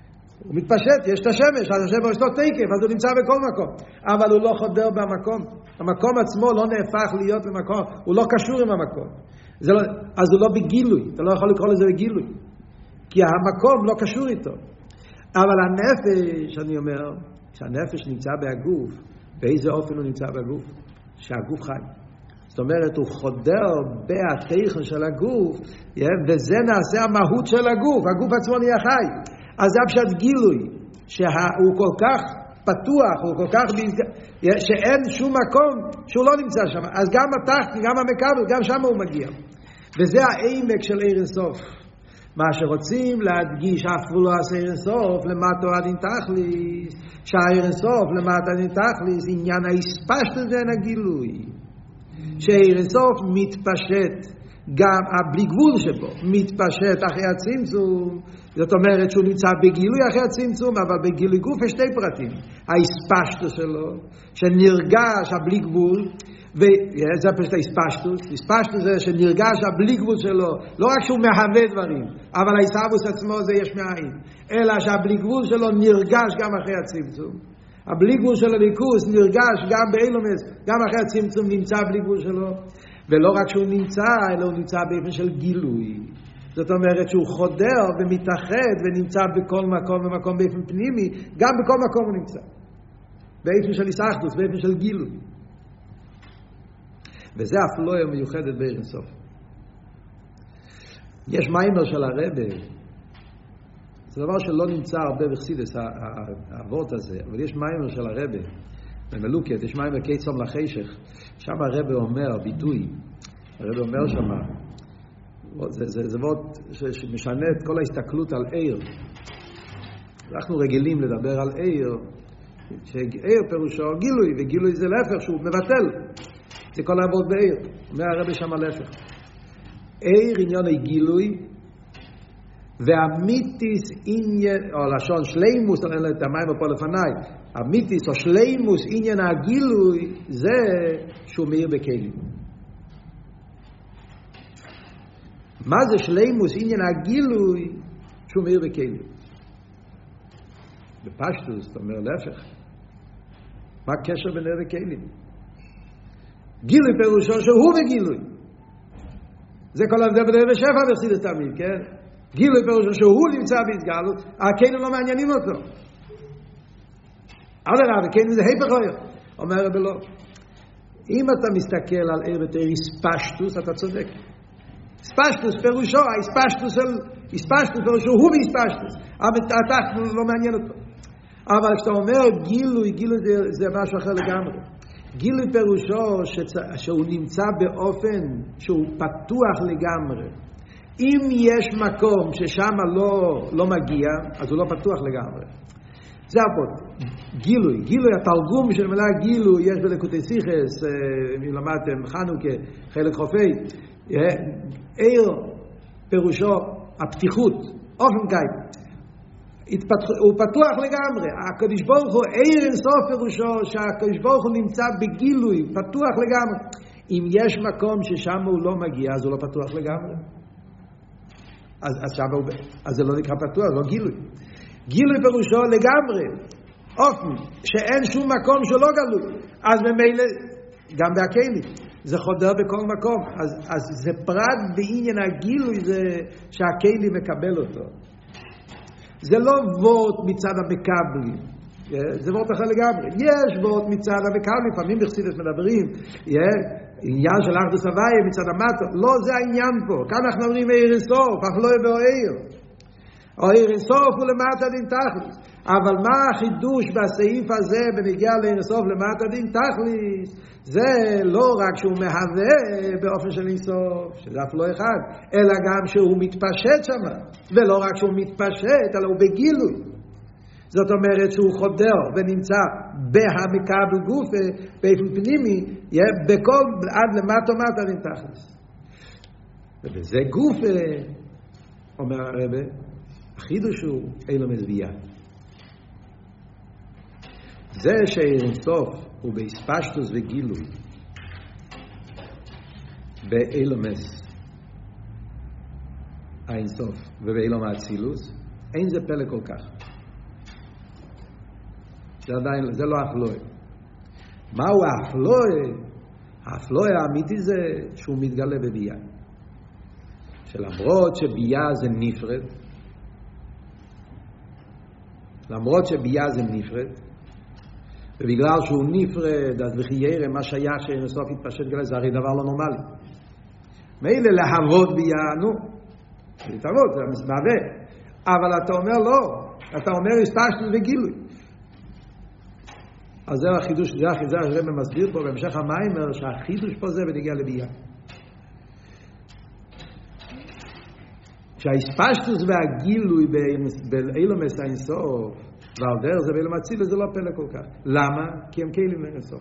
הוא מתפשט, יש את השמש, אז השמש יש לו תקף, אז הוא נמצא בכל מקום, אבל הוא לא חודר במקום, המקום עצמו לא נהפך להיות במקום, הוא לא קשור עם המקום, זה לא, אז הוא לא בגילוי, אתה לא יכול לקרוא לזה בגילוי, כי המקום לא קשור איתו, אבל הנפש, אני אומר, שהנפש נמצא בהגוף, באיזה אופן הוא נמצא בגוף? שהגוף חי. זאת אומרת, הוא חודר בהתכן של הגוף, וזה נעשה המהות של הגוף, הגוף עצמו נהיה חי. אז זה פשוט גילוי, שהוא כל כך פתוח, הוא כל כך, שאין שום מקום שהוא לא נמצא שם. אז גם התחת, גם המקבל, גם שם הוא מגיע. וזה העמק של עיר אינסוף. מה שרוצים להדגיש, אף הוא לא עשה עיר אינסוף, למטו עד אין תכליס, שהעיר אינסוף, למטו עד אין תכליס, עניין ההספשט הזה אין הגילוי. שעיר אינסוף מתפשט, גם הבלי גבול שבו, מתפשט אחרי הצמצום, זאת אומרת שהוא נמצא בגילוי אחרי הצמצום, אבל בגילוי גוף יש שתי פרטים, ההספשטוס שלו, שנרגש הבלי גבול, וזה פשוט ההספשטוס, הספשטוס זה שנרגש הבלי גבול שלו, לא רק שהוא מהווה דברים, אבל ההסבוס עצמו זה יש מאין, אלא שהבלי גבול שלו נרגש גם אחרי הצמצום, הבלי גבול של הליכוס נרגש גם באילומס, גם אחרי הצמצום נמצא הבלי גבול שלו, ולא רק שהוא נמצא, אלא הוא נמצא באופן של גילוי. זאת אומרת שהוא חודר ומתאחד ונמצא בכל מקום ומקום באופן פנימי, גם בכל מקום הוא נמצא. באופן של איסאחדוס, באופן של גילוי. וזה אפלואה מיוחדת בעיר אינסוף. יש מיימר של הרבי, זה דבר שלא נמצא הרבה בחסידות, האבות הזה, אבל יש מיימר של הרבי, במלוקת, יש מיימר קיצום לחשך, שם הרבי אומר, ביטוי, הרבי אומר שם, זה, זה, זה מאוד שמשנה את כל ההסתכלות על עיר. אנחנו רגילים לדבר על עיר, שעיר פירושו גילוי, וגילוי זה להפך שהוא מבטל, זה כל העבוד בעיר, אומר הרבי שם להפך. עיר עניין היא גילוי, והמיתיס עניין, או לשון שלימוס, אני לא יודע את המים פה לפניי, המיתיס או שלימוס עניין הגילוי, זה שהוא מאיר בכלים. מה זה שלימוס עניין הגילוי? שהוא מאיר בכלים. בפשטוס, זאת אומרת להפך. מה הקשר בין עיר וכלים? גילוי פירושו שהוא בגילוי. זה כל ההבדל בין עיר ושפע בחסידות תמיד, כן? גילוי פירושו שהוא נמצא בהתגלות, הכלים לא מעניינים אותו. אדרבה, כן, זה היפך לא. אומר הרב לא. אם אתה מסתכל על עיר ותאיר הספשטוס, אתה צודק. הספשטוס פירושו, הספשטוס של, הספשטוס פירושו הוא בהספשטוס. אבל אתה לא מעניין אותו. אבל כשאתה אומר גילוי, גילוי זה, זה משהו אחר לגמרי. גילוי פירושו שצ... שהוא נמצא באופן שהוא פתוח לגמרי. אם יש מקום ששם לא, לא מגיע, אז הוא לא פתוח לגמרי. זה הפות. גילוי. גילוי, התרגום של מילה גילוי, יש בליקוטי סיכס, אם למדתם חנוכה, חלק חופי, עיר פירושו הפתיחות, אופן קייט. הוא פתוח לגמרי. הקדוש ברוך הוא, עיר אינסוף פירושו, שהקדוש ברוך הוא נמצא בגילוי, פתוח לגמרי. אם יש מקום ששם הוא לא מגיע, אז הוא לא פתוח לגמרי. אז, אז, שם הוא, אז זה לא נקרא פתוח, לא גילוי. גילוי פירושו לגמרי, אופן, שאין שום מקום שלא גלוי. אז ממילא, גם בהכלים, זה חודר בכל מקום. אז, אז זה פרט בעניין הגילוי, זה שהכלים מקבל אותו. זה לא וורט מצד המקבלים, זה וורט אחר לגמרי. יש וורט מצד המקבלים, לפעמים בחסידות מדברים, עניין של אחדות הוויה מצד המטה, לא זה העניין פה. כאן אנחנו אומרים עיר אינסוף, אך לא יבוא עיר. או עיר אינסוף הוא למטה דין תכליס. אבל מה החידוש בסעיף הזה בנגיע לעיר אינסוף למטה דין תכליס? זה לא רק שהוא מהווה באופן של אינסוף, שזה אף לא אחד, אלא גם שהוא מתפשט שם. ולא רק שהוא מתפשט, אלא הוא בגילוי. זאת אומרת שהוא חודר ונמצא בהמקבל גוף, באופן פנימי, בכל, עד למטה מטה דין תכליס. ובזה גוף, אומר הרבי, החידוש הוא אילומס ביה. זה שעיר אינסוף הוא בהספשטוס וגילוי באילומס האינסוף ובאילום האצילוס, אין זה פלא כל כך. זה עדיין, זה לא אפלוי. מהו האפלוי? האפלוי האמיתי זה שהוא מתגלה בבייה. שלמרות שבייה זה נפרד, למרות שבייה זה נפרד, ובגלל שהוא נפרד, אז בחיירה, מה שייך שאין לסוף יתפשט גלה, זה הרי דבר לא נורמלי. מילא להבות בייה, נו, להתעבות, זה מסמהווה. אבל אתה אומר לא, אתה אומר הספשטות וגילוי. אז זה החידוש, זה החידוש, זה הרב מסביר פה בהמשך המיימר, שהחידוש פה זה ונגיע לבייה. שההספשטות והגילוי באילומס האינסוף, ועל דרך זה באילום אצילות זה לא פלא כל כך. למה? כי הם כלים לאינסוף.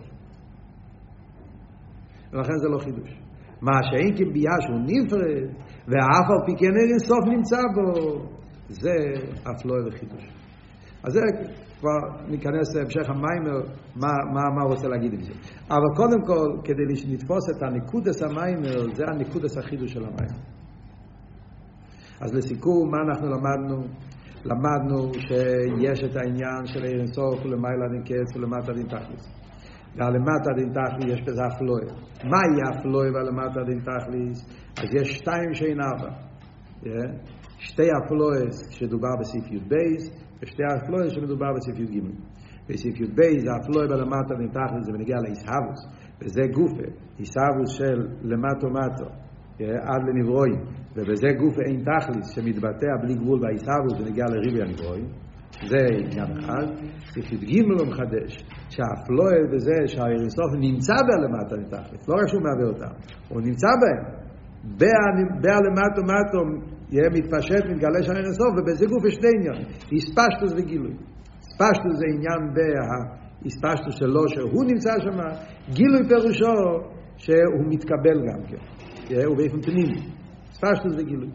ולכן זה לא חידוש. מה שאין כבייה שהוא נפרד, ואף על פי כן אינסוף נמצא בו, זה אף לא לחידוש. אז זה כבר ניכנס להמשך המיימר, מה, מה, מה הוא רוצה להגיד עם זה. אבל קודם כל, כדי לתפוס את הנקודס המיימר, זה הנקודס החידוש של המיימר. אז לסיכום, מה אנחנו למדנו? למדנו שיש את העניין של אינסוף ולמעלה דין קץ ולמטה דין תכליס. ולמטה דין תכליס יש בזה אפלוי. מהי אפלוי ולמטה דין תכליס? אז יש שתיים שאין ארבע. שתי אפלויס שדובר בסעיף י' בייס, ושתי אפלויס שמדובר בסעיף י' ג'. בסעיף י' בייס האפלוי ולמטה דין תכליס זה בנגיע להיסהבוס, וזה גופה, היסהבוס של למטו מטו עד לנברואים, ובזה גוף אין תכליס שמתבטא בלי גבול בהיסהבוס ונגיע לריבי הנברואים. זה עניין אחד. סעיף י' ג' לא מחדש שהאפלוי בזה שהאינסוף נמצא בלמטה דין תכליס, לא רק שהוא מהווה אותם, הוא נמצא בהם בהלמטו מטו יהיה מתפשט, מתגלה שם אינסוף, ובזה גוף יש שתי עניין, הספשטוס וגילוי. הספשטוס זה עניין בהספשטוס שלו שהוא נמצא שם, גילוי פירושו שהוא מתקבל גם כן, הוא באופן פנימי. הספשטוס וגילוי.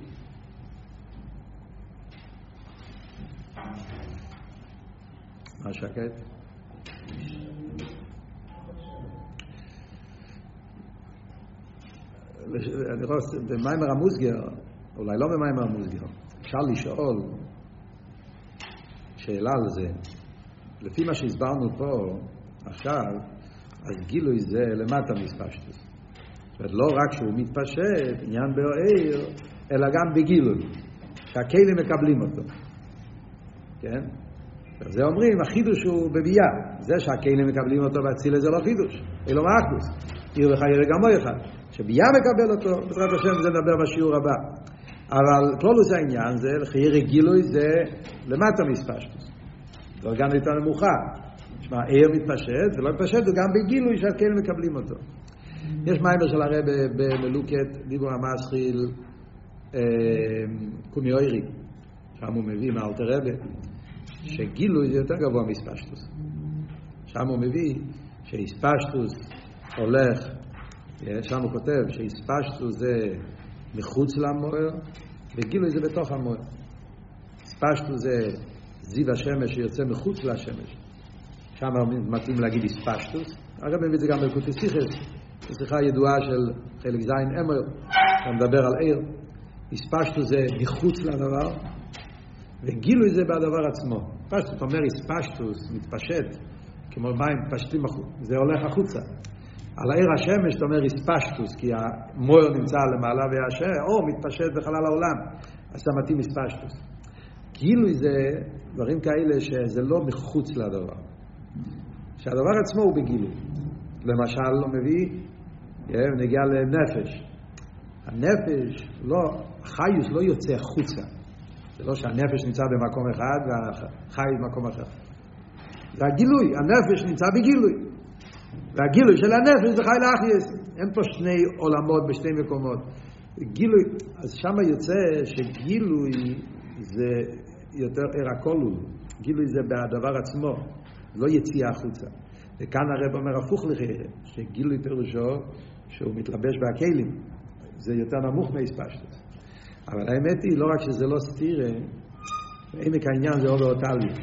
מה שקט? אני רואה במיימר המוסגר, אולי לא במיימר המוסגר, אפשר לשאול שאלה על זה. לפי מה שהסברנו פה עכשיו, אז גילוי זה למטה מספשטוס. זאת אומרת, לא רק שהוא מתפשט, עניין באוהר, אלא גם בגילוי, שהכלים מקבלים אותו. כן? זה אומרים, החידוש הוא בבייה. זה שהכלים מקבלים אותו והצילה זה לא חידוש, אלא מאחדוס. עיר וחיי רגמו אחד. שבייה מקבל אותו, בעזרת השם זה נדבר בשיעור הבא. אבל כלולוס העניין זה, לחייר גילוי זה למטה מספשטוס. זה גם יותר נמוכה. משמע, עיר מתפשט, ולא מתפשט, וגם בגילוי שהכלים מקבלים אותו. יש מיימר של הרב במלוקת, דיבור המסחיל, קומי אוירי, שם הוא מביא מאלתר רבי, שגילוי זה יותר גבוה מספשטוס. שם הוא מביא שהספשטוס הולך, שם הוא כותב שהספשטוס זה מחוץ למוער, וגילוי זה בתוך המוער. הספשטוס זה זיו השמש שיוצא מחוץ לשמש. שם מתאים להגיד הספשטוס. אגב, מביא את זה גם בלקוטי שיחס, שיחה ידועה של חלק זין אמר, שמדבר על עיר. הספשטוס זה מחוץ לדבר, וגילוי זה בדבר עצמו. פשטות אומר הספשטוס מתפשט, כמו מים מתפשטים החוץ, זה הולך החוצה. על העיר השמש אתה אומר הספשטוס, כי המוער נמצא למעלה והשמש, או מתפשט בחלל העולם, אז אתה מתאים הספשטוס. גילוי זה דברים כאלה שזה לא מחוץ לדבר, שהדבר עצמו הוא בגילוי. למשל הוא מביא, נגיע לנפש. הנפש, לא, החיוס לא יוצא החוצה. זה לא שהנפש נמצא במקום אחד והחי במקום אחר. זה הגילוי, הנפש נמצא בגילוי. והגילוי של הנפש זה חי לאחייס. אין פה שני עולמות בשתי מקומות. גילוי, אז שם יוצא שגילוי זה יותר ער הכלול. גילוי זה בדבר עצמו, לא יציאה החוצה. וכאן הרב אומר הפוך לכך, שגילוי פירושו שהוא מתלבש בהכלים. זה יותר נמוך מהספשטוס. אבל האמת היא לא רק שזה לא סתירה, עמק העניין זה עוד אותלי.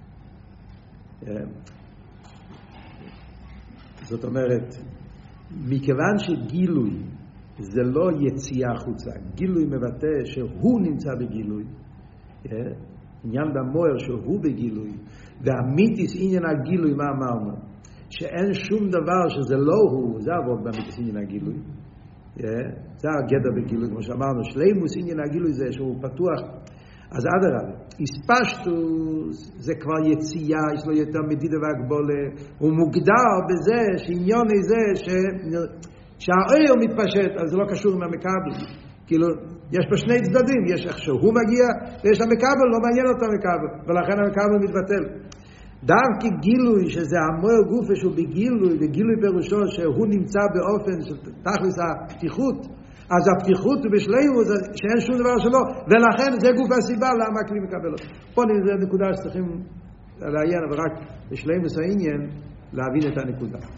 זאת אומרת, מכיוון שגילוי זה לא יציאה החוצה, גילוי מבטא שהוא נמצא בגילוי, עניין במויר שהוא בגילוי, והמיתיס עניין הגילוי, מה אמרנו? שאין שום דבר שזה לא הוא, זה עבוד במיתיס עניין הגילוי. זה הגדר בגילוי, כמו שאמרנו, שלימוס עניין הגילוי זה שהוא פתוח. אז אדרבה, הספשטוס זה כבר יציאה, יש לו יותר מדידה והגבולה, הוא מוגדר בזה שעניון זה ש... שהאור מתפשט, אז זה לא קשור עם המקבל. כאילו, יש פה שני צדדים, יש איך שהוא מגיע, ויש המקבל, לא מעניין אותו המקבל, ולכן המקבל מתבטל. דווקא גילוי, שזה המוער גופה שהוא בגילוי, וגילוי פירושו שהוא נמצא באופן של תכלס הפתיחות, אז הפתיחות הוא בשלימות, שאין שום דבר שלו, ולכן זה גוף הסיבה למה הכלי מקבל אותו. פה זה נקודה שצריכים לעיין, אבל רק בשלימות העניין להבין את הנקודה.